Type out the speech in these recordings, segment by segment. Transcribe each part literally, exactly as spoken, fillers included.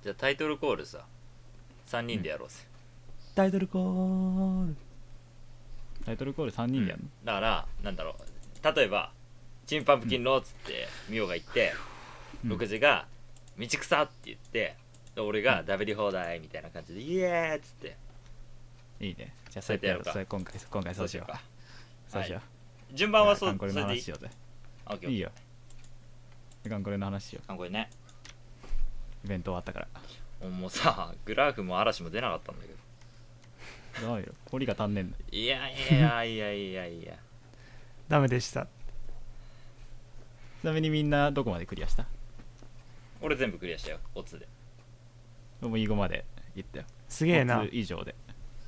じゃあタイトルコールささんにんでやろうぜ、 うん、タイトルコールタイトルコールさんにんでやるの、 うん、だからなんだろう、例えばチンパンプキンのっつってミオが言って、うん、ろくじが道草って言って俺がダベり放題みたいな感じでイエーっつって、 いいね。じゃあそうやってやろう。それ今回今回そうしようか。そうしよう、はい、 順番はそう、 これの話しようぜ。いいよ。ガンコレの話しよう。 ガンコレね、 イベント終わったから。 もうさグラフも嵐も出なかったんだけど。 どうよ、氷が足んねんだ。 いやいやいやいやいやダメでした。 ちなみにみんなどこまでクリアした？ 俺全部クリアしたよ、オツで。 俺もイーゴまで行ったよ。 すげえな。 オツ以上で。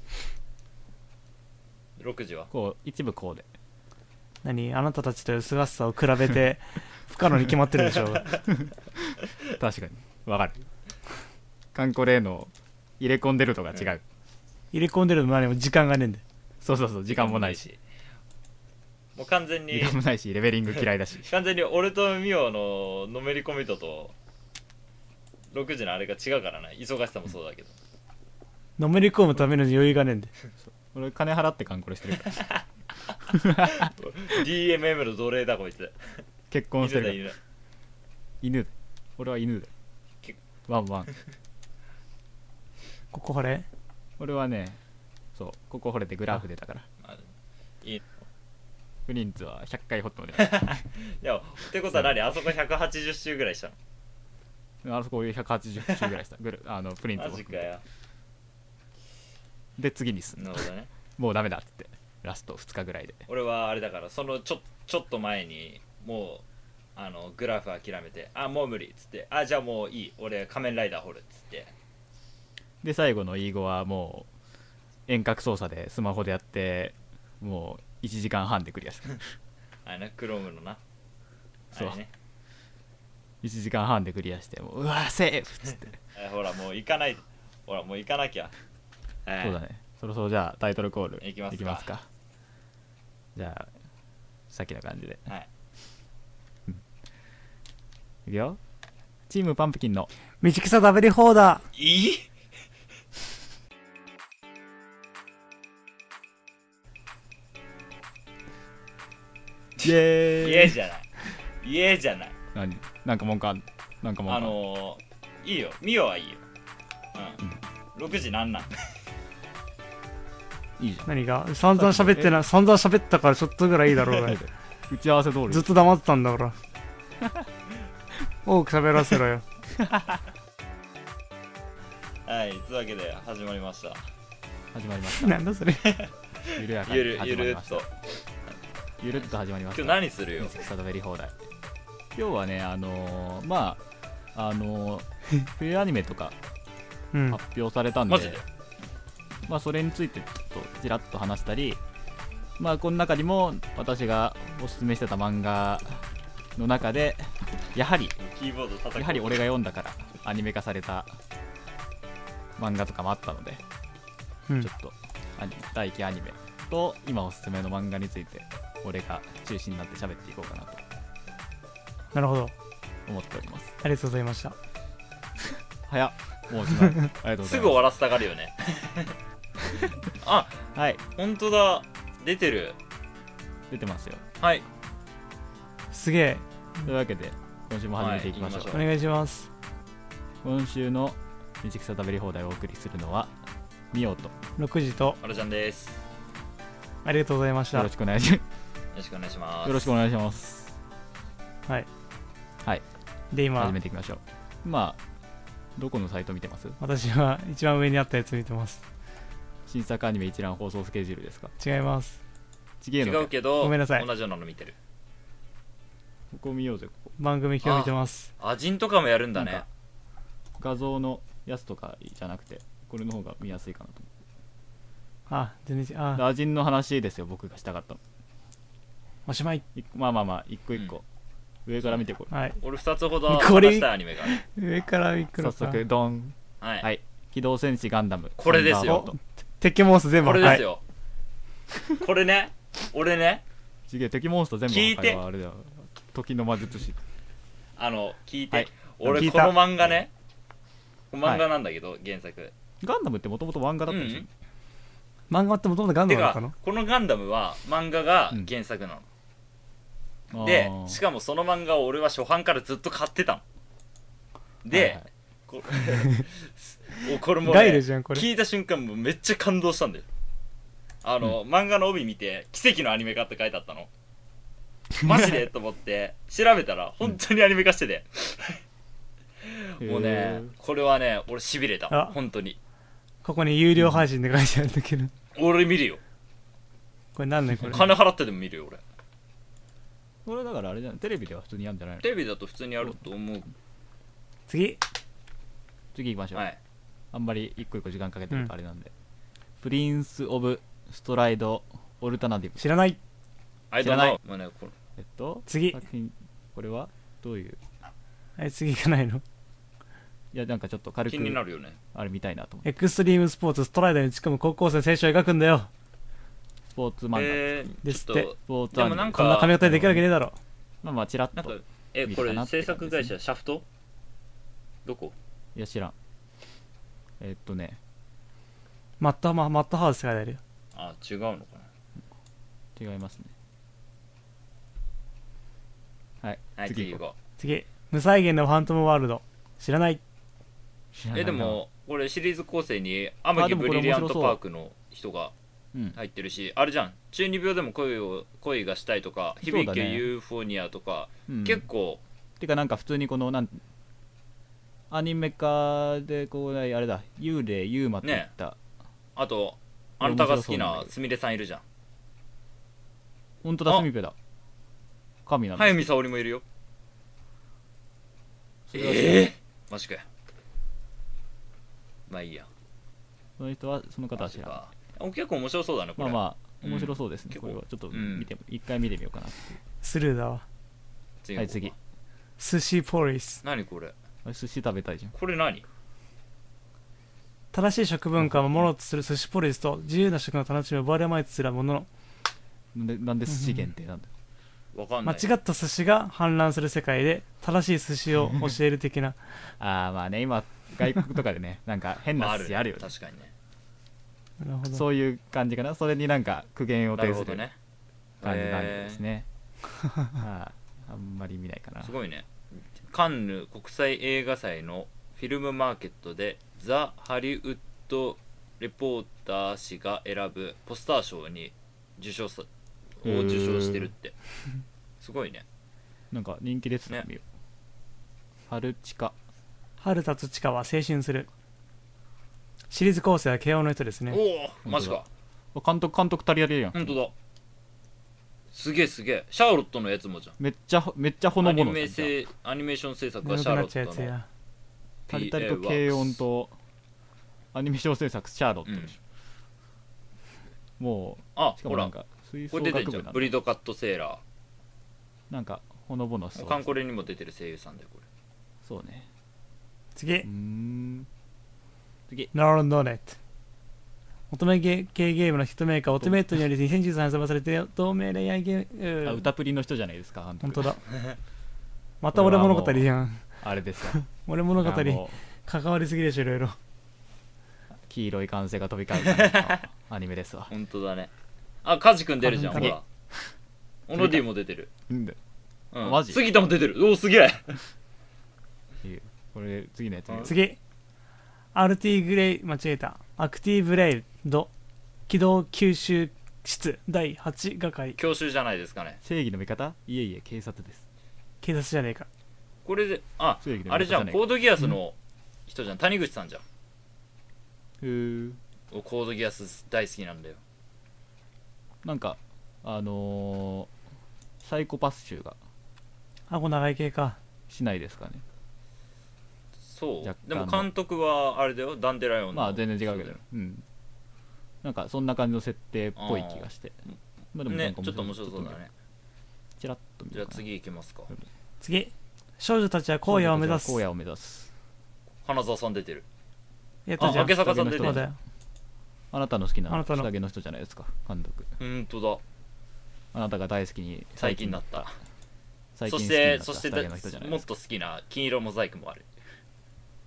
ろくじはこう一部こうで。 何、あなたたちとすがすさを比べて不可能に決まってるでしょう。 確かにわかる。カンコレの入れ込んでるとか違う、うん、 入れ込んでるの何も時間がねえんだよ。 そうそうそう、時間もないし、 もう完全に時間もないしレベリング嫌いだし完全に俺とミオののめり込み度とろくじのあれが違うからな、忙しさもそうだけど、 のめり込むための余裕がねえんで。 俺金払ってカンコレしてるからディーエムエム の奴隷だこいつ。 結婚してるから。 犬だ犬。犬俺は犬だ。ワンワン。 ここ掘れ。 俺はね、そうここ掘れてグラフ出たから。 いい。 プリンツはひゃっかい掘ってもね。 いやってことは何、あそこひゃくはちじゅっ周ぐらいしたの？ あそこひゃくはちじゅっ周ぐらいしたグルあのプリンツもマジかよ。 で次にすんなるほどね。 もうダメだっつってラストふつかぐらいで。 俺はあれだから、そのちょちょっと前にもうあのグラフ諦めて、あもう無理っつって、あじゃあもういい俺仮面ライダー掘るっつって、 で最後のイーゴはもう遠隔操作でスマホでやってもういちじかんはんでクリアしたあれね、クロームのな、 そうあれね、 いちじかんはんでクリアしてもううわセーフっつってほらもう行かない、ほらもう行かなきゃ、 そうだね。そろそろじゃあタイトルコールいきますか。 いきますか。じゃあさっきの感じで、 はい、 うん、いくよ。チームパンプキンの道草ダベり放題。 いいイエーイ。 イエーじゃないイエーじゃない。 何なんか文句あんなんか文句ああのー、いいよ、ミオはいいよ。うん、うん、ろくじなんなんいいじゃん。 何が散々喋ってな、散々喋ったからちょっとぐらいいいだろうが。 打ち合わせ通りずっと黙ってたんだから多く喋らせろよ。 はい、というわけで始まりました。 始まりました。 なんだそれ。 ゆるやかゆにるゆるっ始まりましたとゆるっと始まりました。 今日何するよ。 道草ダベり放題。今日はね、あのー、まああのー、冬アニメとかうん発表されたんで、 マジでまあそれについてちょっとちらっと話したり、まあこの中にも私がおすすめしてた漫画の中でやはりキーボード叩くやはり俺が読んだからアニメ化された漫画とかもあったので、 うんちょっとアニ大気アニメと今おすすめの漫画について俺が中心になって喋っていこうかなとなるほど。 思っております。 ありがとうございました。 早っ、もうおしまい。ありがとうございます。 すぐ終わらせたがるよね。あ、 はい、 本当だ、出てる。 出てますよ。 はい、 すげえ。 というわけで今週も始めていきましょう。 はい行きましょお願いします。 今週の道草食べり放題をお送りするのはミオとろくじとあらちゃんです。 ありがとうございました。 よろしくお願いします。 よろしくお願いします。 よろしくお願いします。 はいはい、 で今始めていきましょう。まあどこのサイト見てます？ 私は一番上にあったやつ見てます。 新作アニメ一覧放送スケジュールですか？ 違います。 ちげえの違うけど、 ごめんなさい同じようなの見てる。 ここ見ようぜ。ここ番組表見てます。 アジンとかもやるんだねなんか。画像のやつとかじゃなくてこれの方が見やすいかなと思あ、全然違う。 う。 あ、 アジンの話ですよ、僕がしたかったの。 おしまい。 いまあまあまあ一個一個、うん、上から見てこい。 はい。 俺ふたつほどこれ話したいアニメがある。 上からいくらか。 早速ドン。 はい、 はい、機動戦士ガンダムこれですよサンダーボルト。 鉄拳モンスター全部これですよ、はい、これね、俺ね、 ちげえ敵モンスター全部聞いて破壊はあれだよ、時の魔術師。 あの聞いて、 はい、 俺聞いたこの漫画ね、 これ漫画なんだけど、原作ガンダムってもともと漫画だったでしょ、 うん漫画ってもともとガンダてかムだったの？ このガンダムは漫画が原作なの、 あーでしかもその漫画を俺は初版からずっと買ってたので、 はいはいこおこれもうガイねルじゃんこれ。 聞いた瞬間もうめっちゃ感動したんだよ。あの、漫画の帯見て奇跡のアニメ化って書いてあったの。マジでと思って調べたら本当にアニメ化してて、もうねへーこれはね俺しびれたあ本当に。 ここに有料配信で書いてあるんだけど、 俺見るよ、 これなんだよこれ。 金払ってでも見るよ俺。 これだからあれじゃない、テレビでは普通にやるんじゃないの？ テレビだと普通にやると思う。 次。 次行きましょう、 はいあんまり一個一個時間かけてるとあれなんで、プリンス・オブ・ストライド・オルタナティブ。 知らない。 あい知らないもうねこれえっと次。 作品、これはどういう、 はい、次行かないの？ いやなんかちょっと軽く気になるよね。 あれ見たいなと思って。 エクストリームスポーツストライダーに打ち込む高校生青春を描くんだよ。 スポーツ漫画、 えー、 ですってちょっとスポーツアニメでもなんかこんな髪型でできるわけねえだろ。 まあまあチラッなんかと。 えこれ見るかなって制作会感じですね社シャフトどこ？ いや知らん。えっとねマットママットハウスって書いてあるよ。 あ違うのかな。 違いますね。はい、 はい次行ここ次。無再現のファントムワールド。知らない。 う。知らう。 ないなえでもこれシリーズ構成に天城あでもこれブリリアント面白そうパークの人がうん、 入ってるし、あれじゃん中二病でも恋を恋がしたいとかそうだね響けユーフォニアとか、 うん、 結構てかなんか普通にこのなんアニメ化でこうあれだ幽霊ユーマといった、 あとあなたが好き面白そうなんだけどなすみれさんいるじゃん。 本当だあスミペだ神なんだ、 早見沙織もいるよ。 それは知らないええー、マジかよ。まあいいや。 その人はその方は知らない。 あ結構面白そうだねこれ。 まあまあうん面白そうですね、 結構これはちょっとうん見ても一回見てみようかなっていう。 スルーだわ。 次はい次、 寿司ポリス。 何これ？ あれ寿司食べたいじゃん。 これ何？ 正しい食文化を守ろうとする寿司ポリスと自由な食の楽しみを奪われまいとするもののなんでなんで寿司限定なんだよ。 間わかんない。 違った寿司が氾濫する世界で正しい寿司を教える的な。 ああまあね今外国とかでねなんか変まあな寿司あるよね。 確かにね。 なるほど。 そういう感じかな。それになんか苦言をなる呈するほどね。 感じなんですね。あああんまり見ないかな。 すごいね。カンヌ国際映画祭のフィルムマーケットでザ・ハリウッドレポーター誌が選ぶポスター賞に受賞さを受賞してるってすごいね。 なんか人気ですね。 ね見よう春地下。 春田と地下は青春する。シリーズ構成は慶応の人ですね。 おおマジか。 監督監督足りありやん。 ほんとだ。すげえすげえ。シャーロットのやつもじゃん。 めっちゃめっちゃほアニのぼのメ製アニメーション制作は眠くなっシャーロットのちゃうやつや。 タリタリと軽音とアニメーション制作シャーロットでしょ、もあうしかもなんか吹奏これ出てんじゃん。 楽部なんだブリドカットセーラなんかほのぼのしそーうカンコレにも出てる声優さんだよこれ。 そうね。 次うー。ん次ノーノーネット。乙女系ゲームのヒットメーカーオトメイトによりにせんじゅうさん年発売されて同名恋愛ゲーム。 あ歌プリの人じゃないですか監督。 本当だ。また俺物語じゃん。 あれですよ俺物語あの関わりすぎでしょいろいろ。 黄色い歓声が飛び交う感じのアニメですわ。 ほんとだね。あカジ君出るじゃんあほら。オノディも出てる。 うんだうん、 マジ杉田も出てる。おおすげえ。 いいこれ次のやつ見よう。 次。アルティグレイ、間違えた。アクティブレイド機動吸収室だいはち係。 教習じゃないですかね。 正義の味方いえいえ警察です。 警察じゃねえか。 これであ正義の味方あれじゃんないかコードギアスの人じゃん谷口さんじゃん。 へーおコードギアス大好きなんだよ。 なんかあのー、サイコパス集が顎長い系か。 しないですかね。 そう若干でも監督はあれだよダンデライオンの。 まあ全然違うけど、うん、なんかそんな感じの設定っぽい気がして、まあでもなんかねちょっと面白そうだね。 チラッと見ようかな。 じゃあ次行きますか。 次。少女たちは荒野を目指す。 荒野を目指す。 花澤さん出てる。 やったじゃん。 あ明坂さん出てるそうだよ。 あなたの好きなあなたの下着の人じゃないですか監督。 ほんとだ。 あなたが大好きに最近なった。 最そし近好きになったてそして下着の人じゃないもっですか。 と好きな金色モザイクもある。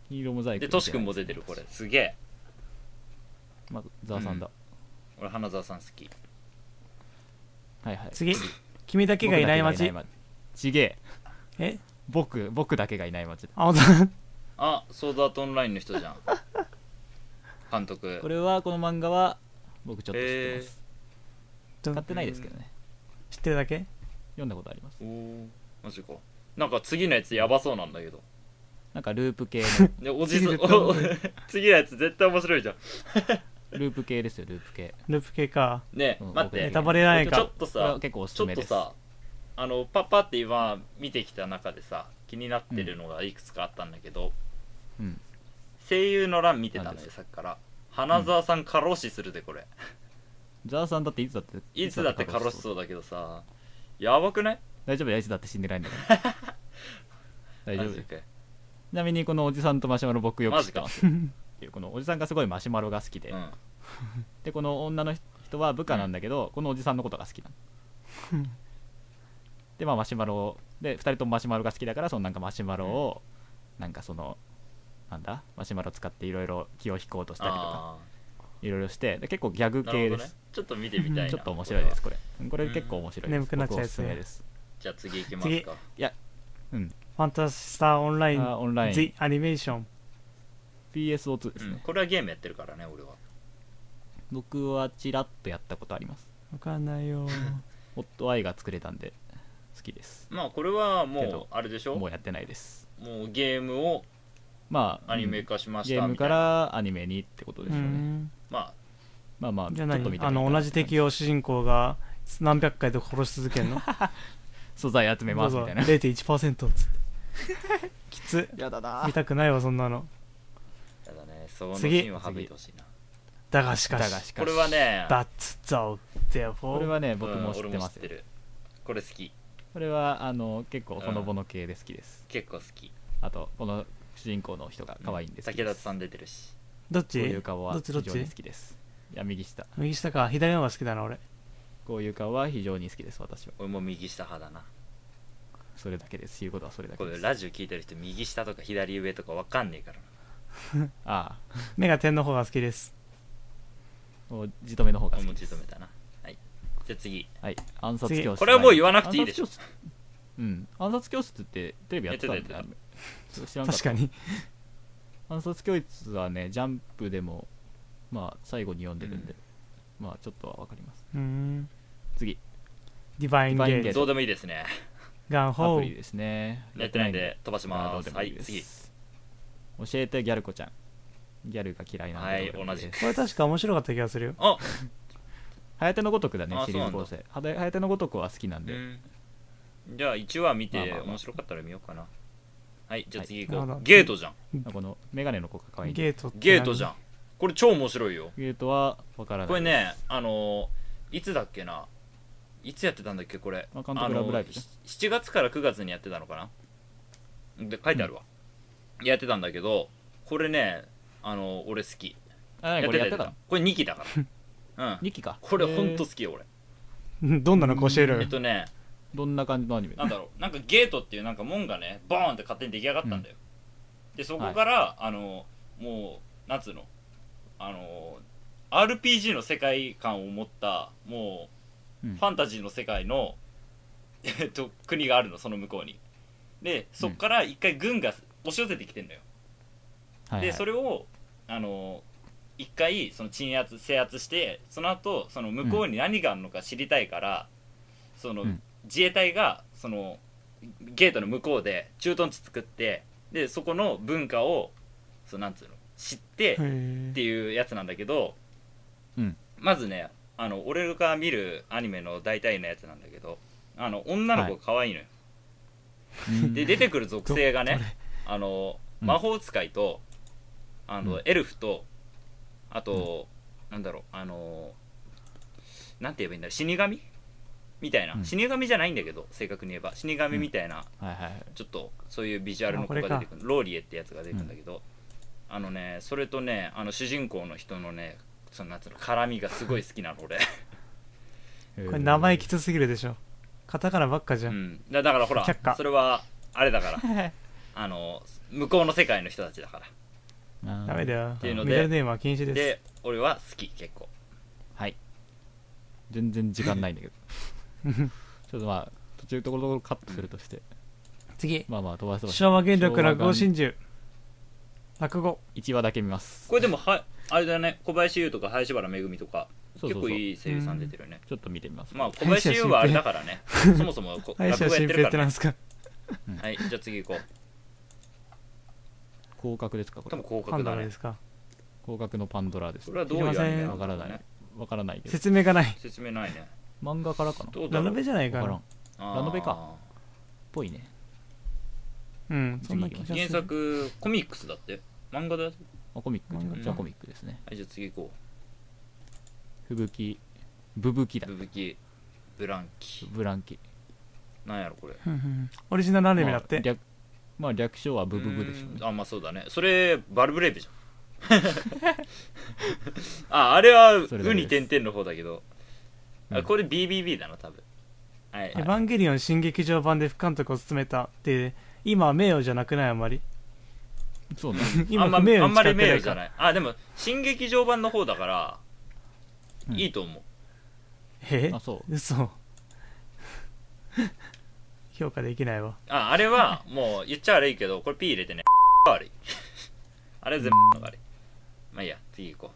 ヒーローモザイクでトシ君も出てる。これすげえ。 まずザワさんだ、 俺花澤さん好き。 はいはい。 次君だけがいない街。 ちげえ。 え僕僕だけがいない街だ。 あ、本あ、ソードアートオンラインの人じゃん。監督。 これはこの漫画は僕ちょっと知ってます、 当買ってないですけどね。 知ってるだけ。 読んだことあります。 おお、マジか。なんか次のやつやばそうなんだけど。 なんかループ系のでおじさん次絶対面白次のやつ絶対面白いじゃん。 ループ系ですよ、ループ系。 ループ系か。 ねえ、 うん待ってネタバレないか。 ちょっとさ、 これは結構おすちすめです。 ょっとさ、あのパッパって今見てきた中でさ、気になってるのがいくつかあったんだけど、 うん。 声優の欄見てたのよ何ですさっきから。花澤さん過労死するでこれ。 ザワさんだっていつだっていつだって過労死う。 そうだけどさ、やばくない？ 大丈夫や、いつだって死んでないんだから大丈夫。ちマジかよ。 なみにこのおじさんとマシュマロ僕よくマジか。 知ってますよこのおじさんがすごいマシュマロが好きで、 うん。 でこの女の人は部下なんだけど、このおじさんのことが好きなのでまあマシュマロをでふたりともマシュマロが好きだから、そのなんかマシュマロをなんかそのなんだマシュマロ使っていろいろ気を引こうとしたりとかあいろいろして、で結構ギャグあ、なるほどね系です。。 ちょっと見てみたいな。 ちょっと面白いですここれ。これ結構面白いです。 眠くなっちゃう僕おやつねすすめです。 れは。じゃあ次行きますか。 うん。 ファンタスターオンラインあオンライン The Animation。 ピーエスオーツー ですね、 うん、これはゲームやってるからね俺は。 僕はチラッとやったことあります。 わかんないよ。 ホットアイが作れたんで好きです。 まあこれはもうけどあれでしょ。ももうやってないです。 うゲームをまあアニメうん化しましたゲームかみたいな。 らアニメにってことでうしょうね。 ん。 まあまあまあじゃあちょっと見てみたい何あの同じ敵を主人公が何百回と殺し続けるの。 素材集めますみたいな。 ゼロてんいちパーセント っつってきつ。 やだな見たくないわそんなの。 ただね、そのシ次ーンは省いてほしいな。 だがしかしだがしかしこれはね、 But though こ therefore れはねうん僕も知ってますよ。 俺も知ってる。これ好き。 これはあの結構ほのぼの系で好きです。 結構好き。 あとこの主人公の人が可愛いんですけど、 武田さん出てるし。 どっこういちう顔はどっちどっ非常にち好きです。いや右下。 右下か。左の方が好きだな俺。 こういう顔は非常に好きです私は。 俺も右下派だな。 それだけです。言うことはそれだけこです。 れラジオ聞いてる人右下とか左上とかわかんねえからな。 あ目が点の方が好きです。 あ、もうじとめの方が好もうきです。 ち止めたな。はい。じゃあ次。 はい、暗殺教室。 これはもう言わなくていいでしょ暗殺教室。うん、暗殺教室ってテレビやってたんだよやってね。そう知らなかった確かに。 暗殺教室はね、ジャンプでもまあ最後に読んでるんで、まあちょっとはわかります。 うーん。 次、 ディバインゲートディバインゲートどうでもいいですね。 アガンホープリですね。 やってないんで飛ばしまあどます。はい、 うでもいいです。 次。 教えてギャル子ちゃん。ギャルが嫌いなんではいどうでもいいです。 これ確か面白かった気がするよ。 あ、 はやてのごとくだねあ、 シリーズ構成。はやはやてのごとくは好きなんで、 うん。じゃあいちわ見てまあまあまあ面白かったら見ようかな。はい、じゃあ次行こう。 なるほどゲートじゃん。 このメガネの子が可愛いんで。 ゲートって何ゲートじゃん。これ超面白いよ。 ゲートはわからない。 これね、あのー、いつだっけな。いつやってたんだっけこれ。 あ監督ラブライブねししちがつからくがつにやってたのかな。で書いてあるわ。やってたんだけど、これね、あのー、俺好き。 あ、何これやってたのこれにきだから。うん。 にきか。 これほんとへー好きよ俺。 どんなのか教えろよえっ。とね、 どんな感じのアニメ？ なんだろう、なんかゲートっていうなんか門がね、ボーンって勝手に出来上がったんだよ。で、そこから、あの、もう、なんつうの、あの、アールピージー の世界観を持った、もう、 うんファンタジーの世界の、えっと、国があるの、その向こうに。で、そっから一回軍が押し寄せてきてんだよ。 はいはいで、それを、あの、一回、その鎮圧、制圧して、その後、その向こうに何があるのか知りたいから、その、 うん自衛隊が、その、ゲートの向こうで駐屯地作ってでそこの文化をそうなんつうの知ってへーっていうやつなんだけど、 うんまずねあの俺が見るアニメの大体のやつなんだけどあの女の子が可愛いのよ、 うんで出てくる属性がねどどれあのうん魔法使いと、あのうんエルフとあと、なんだろうあのなんて言えばいいんだろう死神みたいな、 うん死神じゃないんだけど正確に言えば死神みたいな、 はいはいはい。 ちょっとそういうビジュアルの子が出てくるローリエってやつが出てくるんだけど、あのねそれとねあの主人公の人のねそのなんつうの絡みがすごい好きなの俺これ名前きつすぎるでしょ。カタカナばっかじゃ。 うんんだだからほら却下それはあれだからあの向こうの世界の人たちだから。 あーダメだよ。 ていうのでミドルネームは禁止です。 で俺は好き結構。 はい全然時間ないんだけどちょっとまあ途中ところどころカットするとして、 次。 まあまあ飛ばせば昭和元禄落語昭和真珠。落語。 いちわだけ見ます。 これでもはあれだね、小林優とか林原めぐみとかそうそうそう結構いい声優さん出てるよね。 ちょっと見てみます。 まあ小林優はあれだからねそもそもこ林落語や家新平ってるからね。 ってなんですか？ はい、じゃあ次行こう。 広角ですかこれ。 多分広パン角だね。 ダですか？ 広角のパンドラですこ。れはどういうアニメなわからないんだろうね。 わからないけど。 説明がない。 説明ないね。 漫画からかな。 どうだろう。 ラノベじゃないかわからん。 な。 ラノベかぽいね。 うん、そんな気がする。 原作コミックスだって漫画だよ。 あコミック漫画じゃあコミックですね。 はい、じゃあ次行こ吹雪ブブキう。 だブブキブランキブランキ。 なんやろこれ。 うんうんオリジナルアニメだって。 まあ略まあ略称はブブブでしょうねうーん。あ、まあそうだね。それバルブレイブじゃんあ、あれはそれだけですウニ点々の方だけど、 うんあこれ ビービービー だな多分。はいエヴァンゲリオン新劇場版で副監督を務めたって今は名誉じゃなくないあんまりそうね。 今あんま名誉にあんまり使ってないか名誉じゃない。あ、でも新劇場版の方だから、 うんいいと思う。 えあそう。 嘘評価できないわ。 あ、あれはもう言っちゃ悪いけど、これ P 入れてね悪いあれは全部悪い。まあいいや、次行こ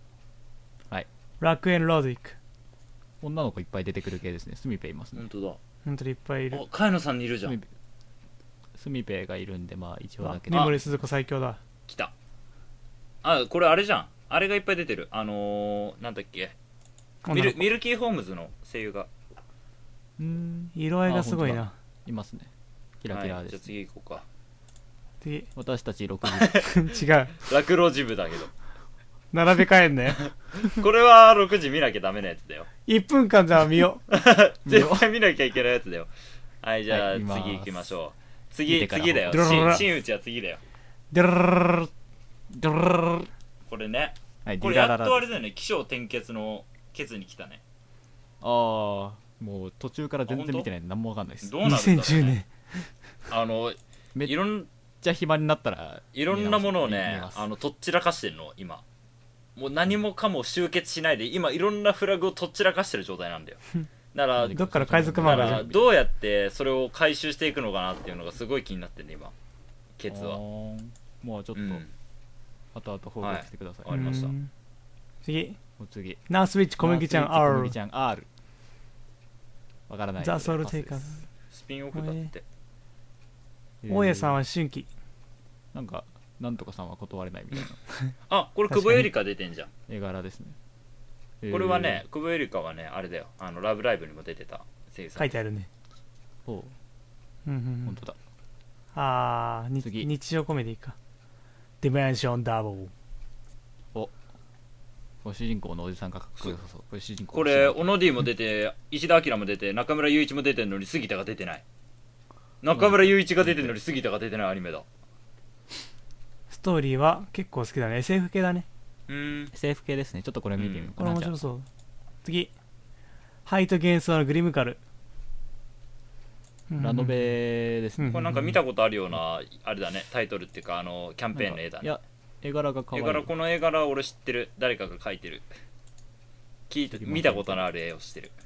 楽園ロードイック。 女の子いっぱい出てくる系ですね。スミペいますう。 ね。 本当だ。 本当にいっぱいいる。 お、茅野さんにいるじゃん。 スミペスミペがいるんでまあ一話だけ三森鈴子最強だ。 来た。あ、これあれじゃん。あれがいっぱい出てる。あのー、なんだっけ。ミ女の子ルミルキーホームズの声優が。 うーん色合いがすごいあな。 いますね。キラキラはい、じゃあです。 次行こうか。 次私たちろくじ違う。 落老ジ部だけど。 並べ替えんね。 これはろくじ見なきゃダメなやつだよ。 いっぷんかんじゃあ見よう。 絶対見なきゃいけないやつだよ。はい、じゃあはい見ます次行きましょう。 見次、 てから次だよ。 ドロロロ新新内は次だよ。 ドゥルルルルルドゥルルルルこれね。 はいこれやっとあれディラララですだよね。起承転結のケツに来たね。 ああもう途中から全然見てないんで何もわかんないです。 どうなるんだろう、ね。 にせんじゅうねん。 あの、 めっいろん、 ちゃ暇になったらいろんなものを見ねま、すあの、とっちらかしてんの、今。もう何もかも集結しないで、今いろんなフラグをとっちらかしてる状態なんだよ。だから、 どっから海賊だか漫画じゃん。 らどうやってそれを回収していくのかなっていうのがすごい気になってるね、今。ケツあは。 ーもうちょっと、 うん。 後々報告してください、 わかりましたうん次。 お次ナースウィッチ小麦ちゃんナースイッチ小 R 麦。ちゃん R わからないザ・ソウルテイカーパスですスピンオフだって。 大家さんはは春季。 なんかなんとかさんは断れないみたいなあ、これ久保ゆりか出てんじゃん。 絵柄ですねこれはね、久保ゆりかはね、あれだよ。あの、ラブライブにも出てた声優さん。 書いてあるね。 えーほうんうんううん本当だあーに次日常コメディか。ディメンションダブル。 これ主人公のおじさんがかっこよさそうこれ主人公これ、オノディも出て、石田明も出て、中村雄一も出てんのに杉田が出てない。中村雄一が出てんのに杉田が出てないアニメだ。 ストーリーは結構好きだね。エスエフ 系だね。 うーん。 エスエフ 系ですねちょっとこれ見てみようこれかな、じゃあ面白そう。次。ハイと幻想のグリムカル。 ラノベですね、 うんこれなんか見たことあるような、あれだね、タイトルっていうか、あの、キャンペーンの絵だね。 いや絵柄が可愛い絵柄、この絵柄俺知ってる。誰かが描いてる。聞いて、見たことのある絵をしてる。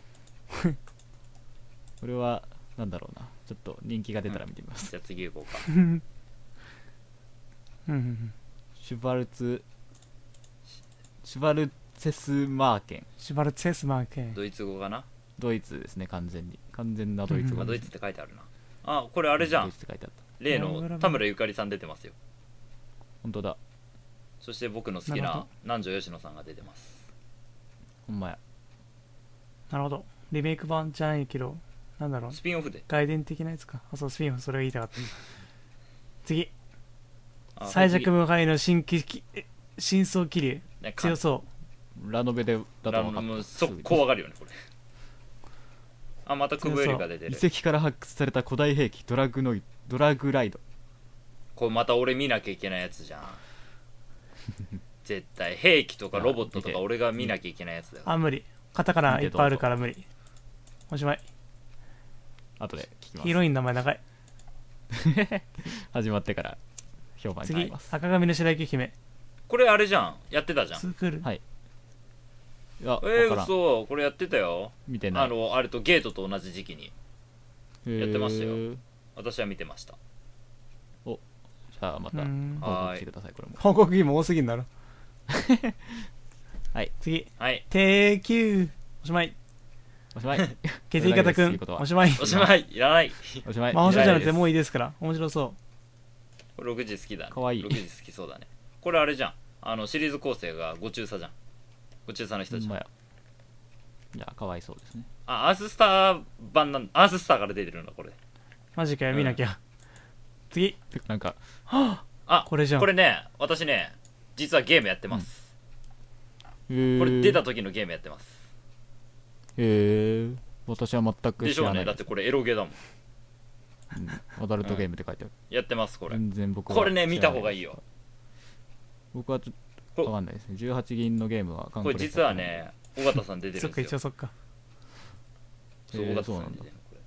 これはなんだろうなちょっと人気が出たら見てみます、 じゃあ次行こうか。 うんうんうんシュバルツシュバルツェスマーケンシュバルツェスマーケン。 ドイツ語かな。 ドイツですね完全に完全なドイツ語まあ、 です、 ドイツって書いてあるな。あ、これあれじゃドイん。 ツって書いてあった例の田村ゆかりさん出てますよ。 本当だそして僕の好きななるほど南條吉野さんが出てます。 ほんまやなるほど。リメイク版じゃないけど、なんだろう。 スピンオフで。 外伝的なやつか。あ、そう、スピンオフ、それが言いたかった。次。 あ最弱無敗の新規きえ深層気流。 ね強そラノベでだとラ分かったもう速攻わかるよね、これ。あ、また久保ゆりが出て遺る。 跡から発掘された古代兵器ドラグノイドラグライドこれまた俺見なきゃいけないやつじゃん。絶対兵器とかロボットとかいや見て俺が見なきゃいけないやつだよ。 う。あ、無理。カタカナいっぱいあるから無理。おしまい。 後で聞きますヒロインの名前長い。 始まってから評判になり次ます。 赤髪の白雪姫これあれじゃん、やってたじゃん。 スクール、 はい。いや、わえー、 からん。 嘘、これやってたよ。 見てない。 あのあれとゲートと同じ時期にやってましたよへー。 私は見てました。 じゃあまたうん報告してください、これも。 報告義務多すぎんだろはい次はい、 定休おしまいおしまい。 血液型くんそれだけです言うことはおしまいおしまい。いらない。 おしまい。 魔法少女じゃなくいらないですてもういいですから面白そこれろくじ好きだね。 かわいいろくじ好きそうだね。これあれじゃん、あのシリーズ構成がご中佐じゃん。ご中佐の人じゃん。 ほんまや。いや、かわいそうですね。 あ、アーススター版なんアーススターから出てるんだこれ。 うマジかよ見なきゃ、次てかなんか、 あ、 これじゃんこれね、私ね実はゲームやってます、 へーこれ出た時のゲームやってます。 へえ。私は全くでしょうね、 知らない。 だってこれエロゲーだもん。 うんアダルトゲームって書いてある。 やってますこれ。 全然僕はこれね見知らないた方がいいよ。 僕はちょっことわかんないですね。じゅうはち銀のゲームはカンこれ実はね尾形さん出てそっかるんですよ。 一応そっかそう、 へー尾形そうなんださん出てるのこれ。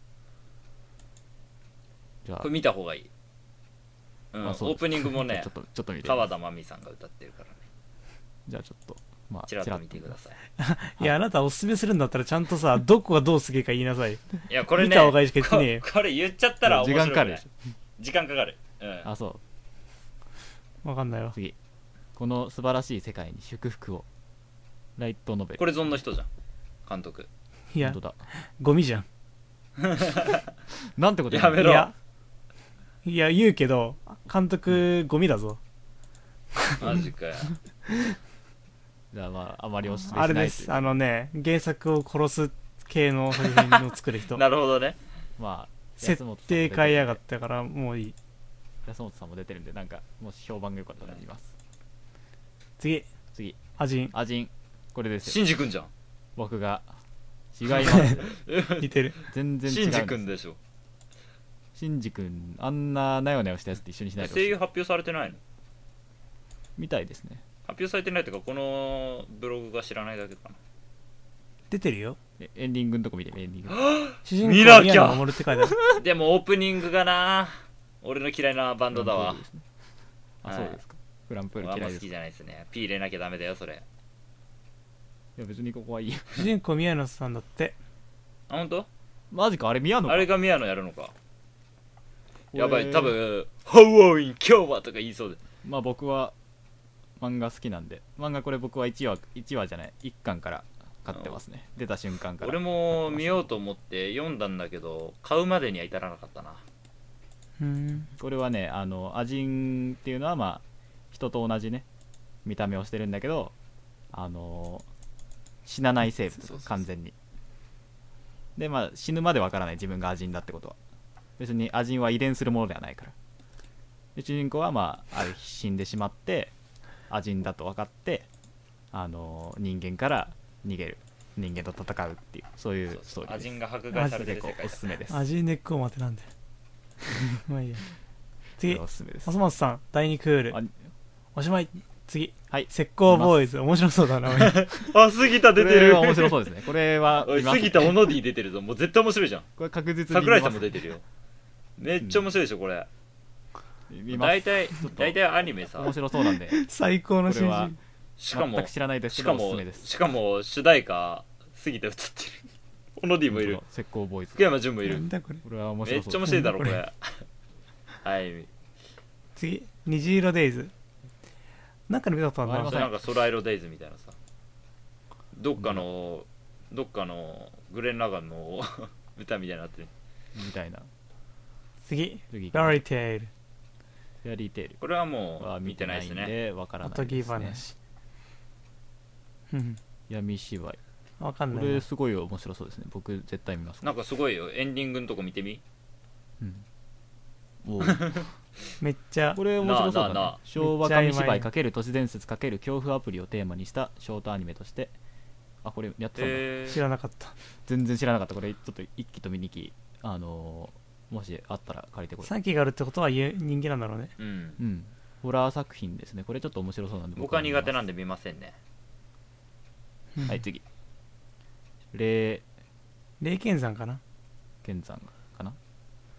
じゃあこれ見た方がいい。うん、オあそうですープニングもねちょっとちょっと見てみ川ます。 田真美さんが歌ってるからね。 じゃあちょっとまあちらっと見てください。 いやあなたおすすめするんだったらちゃんとさどこがどうすげえか言いなさいいやこれね見た方がいいしか言ってねえよここれ言っちゃったら面時白い、ね、 間かかるでし時間かかる。うんょ。あ、そう。 わかんないわ次。この素晴らしい世界に祝福を。ライトノベル。 これゾンの人じゃん監督。 いや本当だ。 ゴミじゃんなんてことやめろいやいや言うけど監督ゴミだぞマジかよ。 じゃあまああまりおすすめしあないというれですあのね原作を殺す系の作品を作る人なるほどね。 まあ設定変えやがったからもういい安本さんも出てるんで、なんかもし評判が良かったら見ます。 次次。 アジンアジン。これですよ。 シンジ君じゃん。 僕が違います。 似てる全然違シンジうんです。 君でしょ。 シンジ君、あんななよなよしたやつと一緒にしないでほしい声優発表されてないの？ みたいですね。 発表されてないというかこのブログが知らないだけかな。 出てるよえエンディングのとこ見て、エンディング。 主人公見なきゃ宮野守って書いてあるでもオープニングがな俺の嫌いなバンドだわ。 あ、そうですか。フランプールあんま嫌いですか。い好きじゃないですね。P 入れなきゃダメだよそれ。 や別にここはいいよ。 主人公宮野さんだってあ、本当？ マジか、あれ宮野か。 あれが宮野やるのか。 れやばい、多分ハロウィン今日はとか言いそうで。 まあ僕は漫画好きなんで、漫画これ僕はいちわ、いちわじゃない、いっかんから買ってますね。出た瞬間から。 俺も見ようと思って読んだんだけど買うまでには至らなかったな。 うんこれはね、あのアジンっていうのはまあ人と同じね見た目をしてるんだけど、あの死なない生物そうそうそう完全にで、まあ死ぬまでわからない自分がアジンだってことは。別にアジンは遺伝するものではないから。で主人公はまあある日死んでしまってアジンだと分かって、あの人間から逃げる、人間と戦うっていうそういうストーリーです。 アジンが迫害されてる結構世界だ。 おすすめです。 アジン根っこを待てなんでまあいいや次これおすすめです。 笠松さんだいにクールあおしまい次はい、 石膏ボーイズ面白そうだなおいあ、杉田出てるこれは。面白そうですね。これはおい見ますね杉田オノディ出てるぞ。もう絶対面白いじゃん。 これ確実に見桜井さますんも出てるよ。めっちゃ面白いでしょこれ。 見ます。 大体ちょっと大体アニメさ。 面白そうなんで、 最高のこれはシージーしかも全く知らないですけしかもどおすすめです。 しかも主題歌杉田歌ってる。オノディもいる本。当だ石膏ボーイズ。 福山潤もいるなん。だこれこれは面め白そうです。 っちゃ面白いだろここれれ。はい。 次虹色デイズなんかで見たことあるなわかりませんなんか空色デイズみたいなさ。どっかのどっかのグレン・ラガンの歌みたいになってる。 みたいな。 次次バリテールフェアリーテールこれはもはう見見てないいんてなですね。 でわからおとぎないですね。 話うん闇芝居。 わかんないなこれすごい面白そうですね。僕絶対見ます。 なんかすごいよ。エンディングのとこ見てみ。 うん。おーめっちゃこれ面白そうだねなあなあなあ。 昭和紙めっちゃ曖昧芝居×都市伝説×恐怖アプリをテーマにしたショートアニメとして、あ、これやってたんだ。 え知らなかった全然知らなかった。これちょっと一期と見に期、あのーもしあったら借りてこい。 さんきがあるってことはゆ人気なんだろうねうん。 うん。ホラー作品ですね。これちょっと面白そうなんで僕は苦手ななんで見ませんね。 うんはい、次。霊霊剣山かな剣山かな。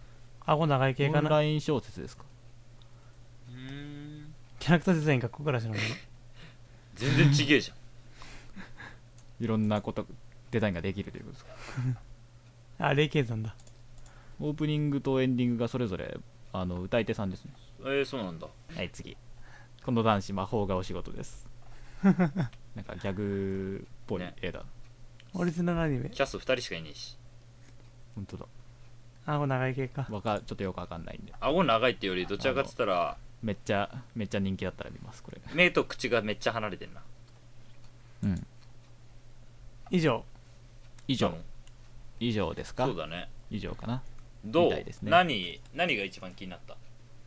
顎長い系かな。 オンライン小説ですか？ うーんキャラクターデザインかっこよくらしいのに。 全然ちげえじゃん。 いろんなことデザインができるということですか？ あ、霊系山だ。 オープニングとエンディングがそれぞれあの歌い手さんですね。 えー、そうなんだ。 はい次、この男子魔法がお仕事ですなんかギャグっぽい絵だ、ね、 オリジナルアニメ。 キャストふたりしかいねえし。 本当だ。 顎長い系か。 わかちょっとよくわかんないんで、 顎長いってよりどちらかっつったらめっちゃめっちゃ人気だったら見ますこれ。 目と口がめっちゃ離れてんな。 うん以上。 以上以上ですか？ そうだね。 以上かな。 どう、 みたいですね。 何何が一番気になった？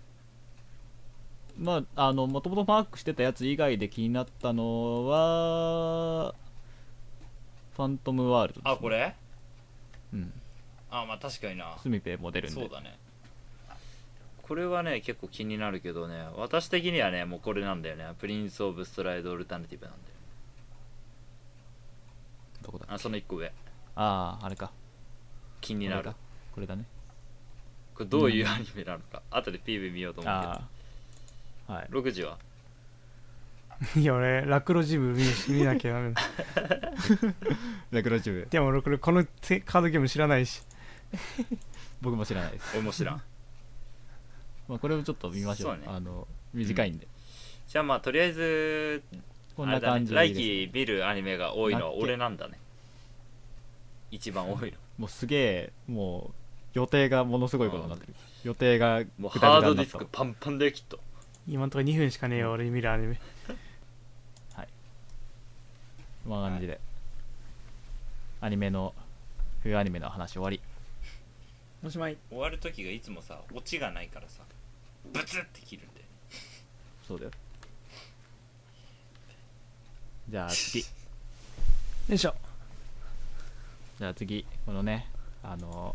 まああのもともとマークしてたやつ以外で気になったのはファントムワールドです、ね、 あ、これうんあ、まあ確かにな。 スミペも出るんで。 そうだね。これはね結構気になるけどね、私的にはねもうこれなんだよね。プリンス・オブ・ストライド・オルタナティブなんだよ。 どこだ？ あ、そのいっこ上。 あああれか。 気になる。 これかこれだね。 これどういうアニメなのか、後で ピーブイ 見ようと思うけど。 ああはい。 ろくじはいや、俺、ラクロジム見見なきゃダメだ。 ラクロチューブでも俺、これ、このてカードゲーム知らないし。 僕も知らないです。 俺も知らん。 まあこれをちょっと見ましょう。 そうねあの短いんで、 じゃあまあとりあえずこんな感じあれだね、 です、ね、 来期見るアニメが多いのはなっけ俺なんだね。一番多いの。 もうすげえもう予定がものすごいことになってる。予定がもうグダハードディグダになったスクパンパンだよきっと。 今んとこにふんしかねえよ、俺見るアニメ。 はいこんな感じで、はい、アニメの冬アニメの話終わり。 おしまい。 終わる時がいつもさオチがないからさブツって切るんだよね。 そうだよ。じゃあ次よいしょ。 じゃあ次このねあの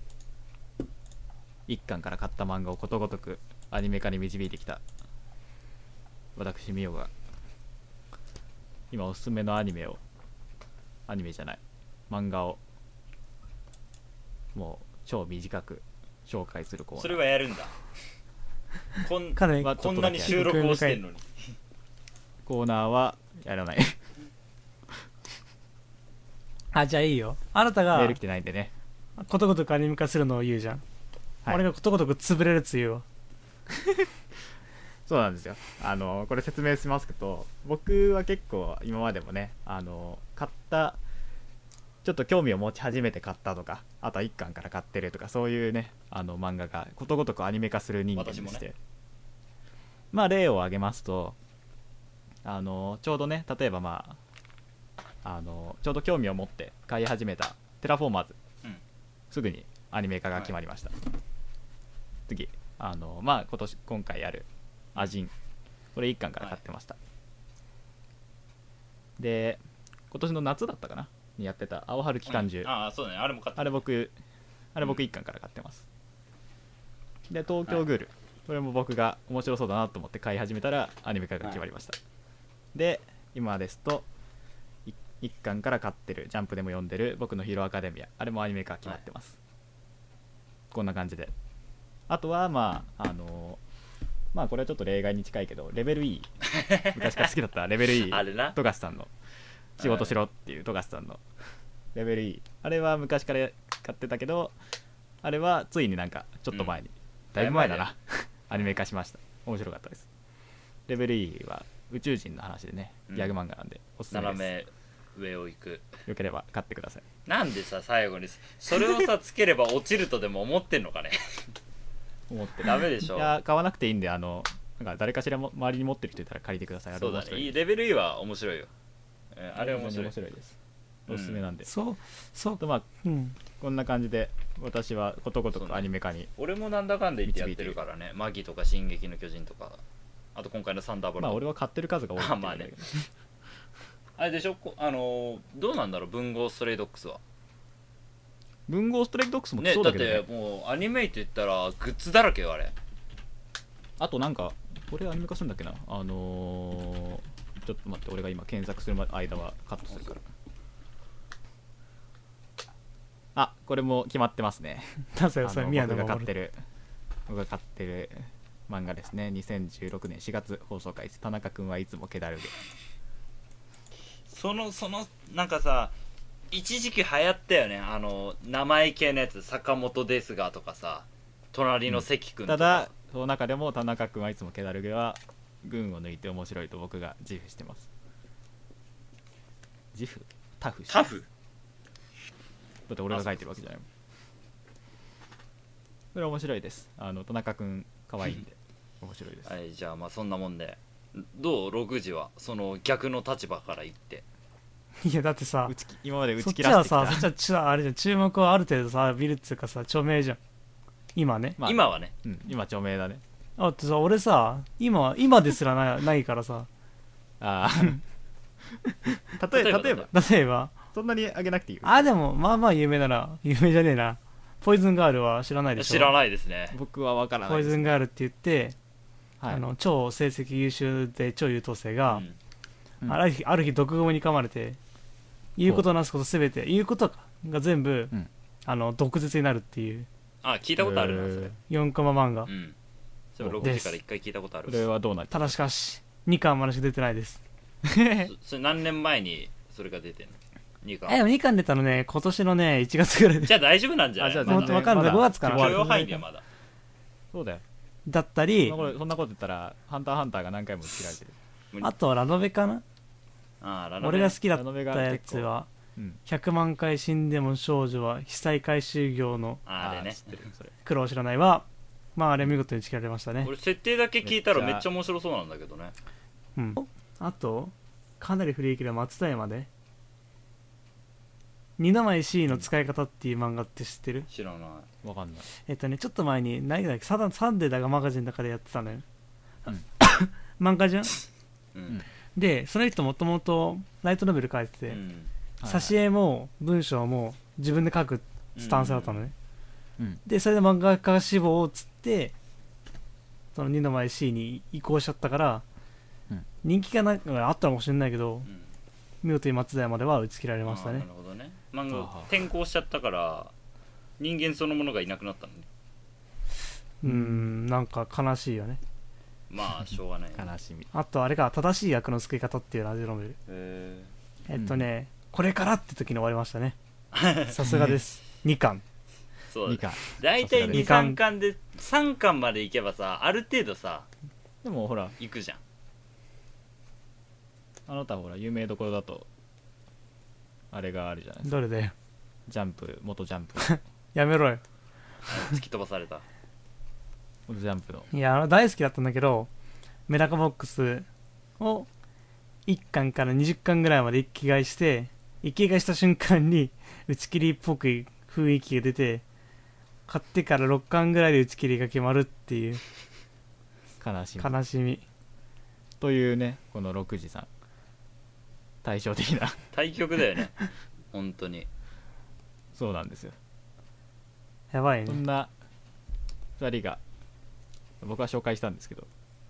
一巻から買った漫画をことごとくアニメ化に導いてきた私ミオが今おすすめのアニメをアニメじゃない漫画をもう超短く紹介するコーナー。 それはやるんだ。こんかなりまあこんなに収録をしてんのにコーナーはやらないあ、じゃあいいよ。あなたがメール来てないんでね。 ことごとくアニメ化するのを言うじゃん。 はい、 俺がことごとく潰れるっつ言うわ。 そうなんですよ。あのこれ説明しますけど、僕は結構今までもねあの買ったちょっと興味を持ち始めて買ったとか、あとはいっかんから買ってるとか、そういうねあの漫画がことごとくアニメ化する人間でして、ね、まあ例を挙げますとあのちょうどね例えばまああのちょうど興味を持って買い始めたテラフォーマーズ、うん、すぐにアニメ化が決まりました、はい、次あのまあ今年今回やるアジン、これいっかんから買ってました、はい、で今年の夏だったかなにやってた青春機関銃、 うん、ああそうだね、あれも買ってあれ僕あれ僕いっかんから買ってます、うん、で東京グール、はい、これも僕が面白そうだなと思って買い始めたらアニメ化が決まりました、はい、で今ですといっかんから買ってるジャンプでも読んでる僕のヒーローアカデミア、あれもアニメ化決まってます、はい、こんな感じであとはまああのー、まあこれはちょっと例外に近いけどレベル E 昔から好きだったレベル E 富樫さんの仕事しろっていう富樫さんのレベル E あれは昔から買ってたけどあれはついになんかちょっと前に、うん、だいぶ前だなアニメ化しました。面白かったです。レベル E は宇宙人の話でね、ギャグ漫画なんでおすすめです。 斜め上を行く。 よければ買ってください。 なんでさ最後にそれをさつければ落ちるとでも思ってんのかね思ってダメでしょ。 いや買わなくていいんで、あのなんか誰かしらも周りに持ってる人いたら借りてください。あれそうだね、いいレベル E は面白いよ。えー、あれ面白い。 面白いです。おすすめなんで、うん、 そうそうとまあ、うん、こんな感じで私はことごとくアニメ化に、ね、 俺もなんだかんだ言ってやってるからね。マギとか進撃の巨人とか、あと今回のサンダーボルト。 まあ俺は買ってる数が多いっていう。 まあねあれでしょ、あのどうなんだろう、文豪ストレイドックスは。 文豪ストレイドックスもそうだけどね。 ね、だってもうアニメイト言ったらグッズだらけよあれ。 あとなんかこれアニメ化するんだっけな、あのー、ちょっと待って、俺が今検索する間はカットするから。 あ、これも決まってますね。 なぜよ、 あそれの僕が宮野が買ってる僕が買ってる漫画ですね。にせんじゅうろくねんしがつ放送回です。田中君はいつも気だるげ。 そのそのなんかさ、一時期流行ったよね、あの名前系のやつ、坂本ですがとかさ、隣の関君とか、 ただその中でも田中君はいつも気だるげは群を抜いて面白いと僕が自負してます。自負タフタフだって俺が書いてるわけじゃないもん。それは面白いです。あの田中君可愛いんで面白いです。 はい、じゃあまあそんなもんで、どうろくじはその逆の立場から言って。 いやだってさ打ちき今まで打そっち切らちはさせてきた。 そっちはちあれじゃん、注目をある程度さ浴びるっていうかさ著名じゃん今ね。 まあ今はね、 うん、今著名だね。 あってさ俺さ今今ですらないないからさああ例え例えば例えば例えばそんなにあげなくていいよ。 あでもまあまあ有名だな、有名じゃねえな、ポイズンガールは知らないでしょ。 知らないですね。 僕は分からないポイです。 ズンガールって言って、 はい、 あの超成績優秀で超優等生が、 うんうんある日ある日毒蜘蛛に噛まれて言うことなすことすべて言うことが全部、 うんあの毒舌になるっていうあ、聞いたことあるなそれ。 よんコマ漫画、 うんそれろくじからいっかい聞いたことある。 それはどうなる。 ただしかしにかんまでしか出てないです。 そそれ何年前にそれが出てんの？にかんえでもにかん出たのね今年のねいちがつぐらいでじゃあ大丈夫なんじゃない？ あじゃあもっとわかんないまだごがつかな許容範囲ではまだ。 そうだよ。 だったそりんなことそんなこと言ったらハンターハンターが何回も打ち切られてる。 あとラノベかな、 あーラノベ俺が好きだっラノベがたや結構つはうん、 ひゃくまん回死んでも少女は被災回収業のああれね知ってるそれ。 苦労を知らないはまああれ見事に打ち切られましたね。 俺設定だけ聞いたらめっちゃめっちゃ面白そうなんだけどね。 うん、あとかなり古いけど松田山で二の舞 C の使い方っていう漫画って知ってる？ 知らないわかんない。 えっとねちょっと前に何だっけサダサンデーだがマガジンの中でやってたのよ、 うん、 漫画じゃん。 うんでその人もともとライトノベル書いてて、 うん挿絵も文章も自分で書くスタンスだったのね、 うんでそれで漫画家志望をつってその二の舞 C に移行しちゃったから、 うん人気がなんかあったのかもしれないけどうん見事に松田山では打ち切られましたねあーなる。ほどね。漫画はあはあ転校しちゃったから人間そのものがいなくなったのね。 うーんなんか悲しいよね。 まあしょうがないね。 悲しみ。 あとあれか正しい役の救い方っていうラジオノベル、 へえっとね、これからって時に終わりましたね。さすがですにかん。 ーそうにかん。 大体に、 二巻さんかんでさんかんまでいけばさ、ある程度さでもほらいくじゃん。 あなたほら有名どころだとあれがあるじゃないですか。 どれだよ、 ジャンプ元ジャンプやめろよ。 あの突き飛ばされた。 元ジャンプのいや大好きだったんだけどメダカボックスをいっかんからにじゅっかんぐらいまで一気買いして一気買いした瞬間に打ち切りっぽく雰囲気が出て買ってからろっかんぐらいで打ち切りが決まるっていう悲しみ悲しみ。 というね、このろくじさん対照的な対局だよね本当に。 そうなんですよ。 やばいね。 そんなふたりが僕は紹介したんですけど、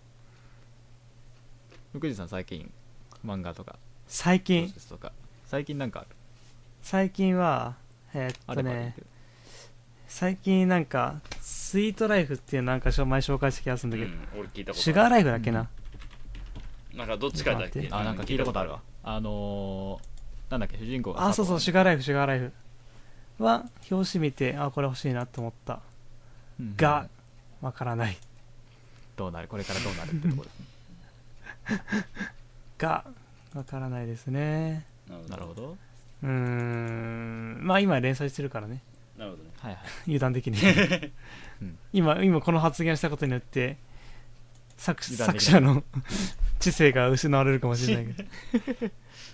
ろくじさん最近漫画とか小最近説とか最近なんかある最近はえーっあとねればいいけど。 最近なんかスイートライフっていうなんか前紹介した気がするんだけど、 うん、俺聞いたことある。 シュガーライフだっけな、 なんかどっちかだっけ。 ちょっと待ってあ、なんか聞いたことあるわ。あのー、なんだっけ主人公があそうそうシュガガーライフシュガーライフは表紙見てあこれ欲しいなと思ったがわからないどうなるこれからどうなるってところですねがわからないですね。 なるほど。 うーんまあ今連載してるからねなるほどね。 はいはい。 油断的に、 うん今今この発言をしたことによって作油断できない作者の知性が失われるかもしれないけど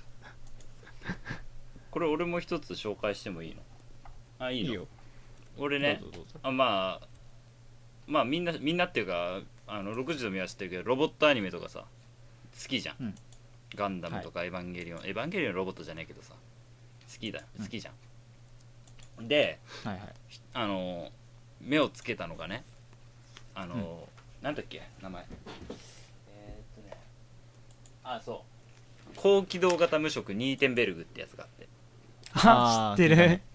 これ俺も一つ紹介してもいいの？あ、いいの？ いいよ。 俺ねどうぞどうぞ。 あまあまあみんなみんなっていうかあのろくじのみは知ってるけどロボットアニメとかさ好きじゃん、 うんガンダムとかエヴァンゲリオン、エヴァンゲリオンロボットじゃないけどさ好きだうん好きじゃん、ではいはい。 あの目をつけたのがねあの、なんだっけ名前えー、っとねあそう高機動型無色ニーテンベルグってやつがあってあ知ってるあー聞いたね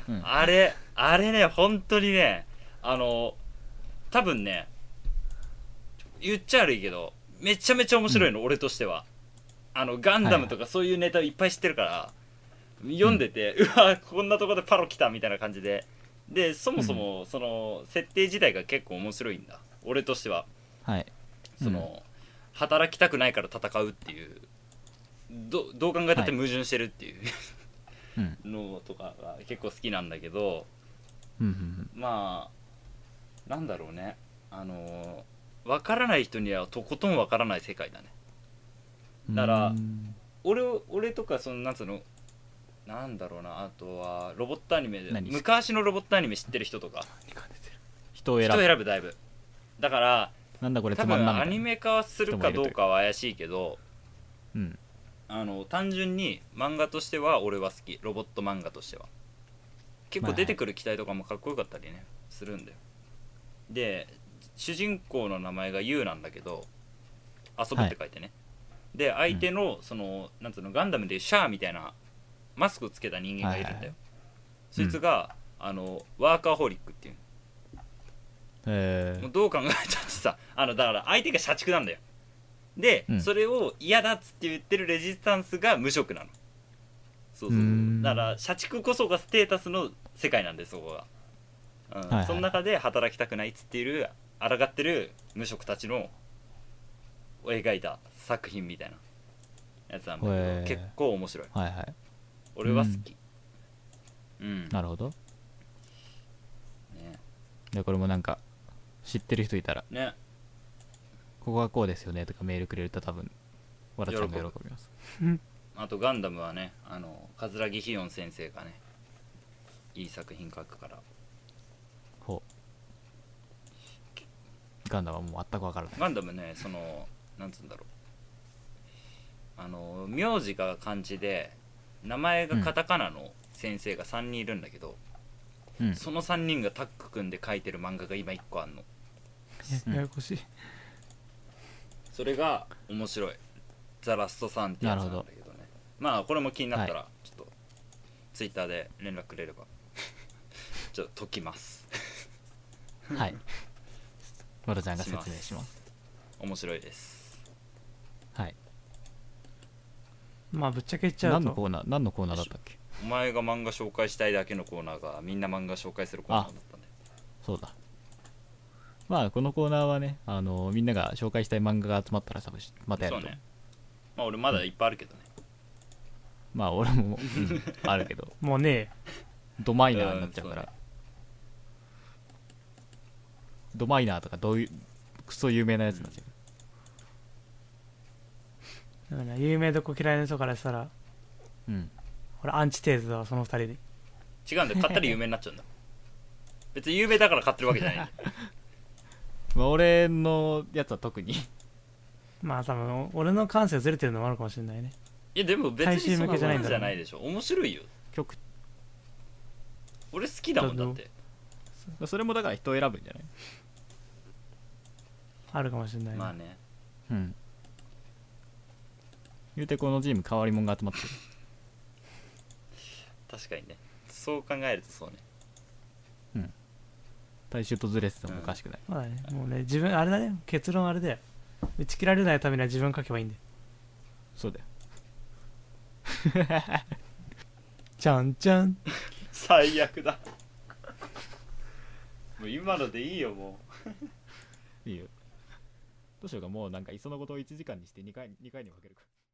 うんあれあれね本当にねあの多分ね言っちゃ悪いけどめちゃめちゃ面白いの、俺としては。あのガンダムとかそういうネタいっぱい知ってるから、読んでて、うわこんなとこでパロ来たみたいな感じで、でそもそもその設定自体が結構面白いんだ俺としては。 はい。 その、働きたくないから戦うっていう、どどう考えたって矛盾してるっていう、 うんのとかが結構好きなんだけど、 うんうんまあなんだろうね、あの分からない人にはとことん分からない世界だね。 うん。 だからうーん俺俺とかそのなんつうのなんだろうな、あとはロボットアニメで何昔のロボットアニメ知ってる人とか人人を選ぶ。 選ぶだいぶだからなんだこれ多つまんなみたいな。 分アニメ化するかどうかは怪しいけど、 うん。 あの単純に漫画としては俺は好き、ロボット漫画としては結構出てくる機体とかもかっこよかったりねするんだよ。で主人公の名前がユウなんだけど、遊ぶって書いてね、で相手のその、なんつうのガンダムでいうシャアみたいなマスクをつけた人間がいるんだよ、 はいはいはいそいつが、あのワーカーホリックっていう、 えもうどう考えたってさ、あのだから相手が社畜なんだよ。で、 うんそれを嫌だっつって言ってるレジスタンスが無職なの。そうそうそううーんだから社畜こそがステータスの世界なんで、そこが、うんはいはいその中で働きたくないっつっている抗ってる無職たちのを描いた作品みたいなやつなんだけど、 へー結構面白い。 はいはい。 俺は好き。うん、 なるほど。 ねでこれもなんか知ってる人いたらねここがこうですよねとかメールくれると多分わらちゃんが喜びます。 あとガンダムはね、あの桂木ひよん先生がねいい作品書くから。 ほう。ガンダムはもう全く分からない。 ガンダムね、そのなんつうんだろう、あの名字が漢字で名前がカタカナの先生がさんにんいるんだけど、 うん。 そのさんにんがタッグ組んで書いてる漫画が今いっこあんの。 うんややこしい。 それが面白い、ザ・ラストさんってやつなんだけどね。まあこれも気になったらちょっとツイッターで連絡くれればちょっと解きますはい。わらちゃんが説明します。 面白いです。 はい。 まあぶっちゃけ言っちゃう何のと、 コーナー何のコーナーだったっけ？ お前が漫画紹介したいだけのコーナーがみんな漫画紹介するコーナーだったんで。 そうだ。まあこのコーナーはね、あのみんなが紹介したい漫画が集まったら多分またやると。 そうね。まあ俺まだいっぱいあるけどね。 まあ俺も、うんあるけどもうね、 ドマイナーになっちゃうから、 うんそうドマイナーとかどういうクソ有名なやつになっちゃう。 だから有名どこ嫌いな人からしたら、 うん。 俺アンチテーズだわ、その二人で。 違うんだよ、買ったら有名になっちゃうんだ。別に有名だから買ってるわけじゃないんだよ。 まあ俺のやつは特にまあ多分俺の感性ずれてるのもあるかもしれないね。 いやでも別にそんなもんじゃ大衆向けじゃないんだろうねないでしょ。面白いよ。 曲俺好きだもんだって。 それもだから人を選ぶんじゃない？ あるかもしれないね。 まあね。 うん。言うてこのチーム変わり者が集まってる。 確かにね。そう考えるとそうね。 大衆とずれててもおかしくない。 まあね、もうね、自分、あれだね、結論あれだよ。打ち切られないためには自分書けばいいんだよ。 そうだよ。 じゃんじゃん。 最悪だ。もう今のでいいよもう。 いいよ。どうしようか、もうなんかいっそのことをいちじかんにしてにかいにかいに分けるか。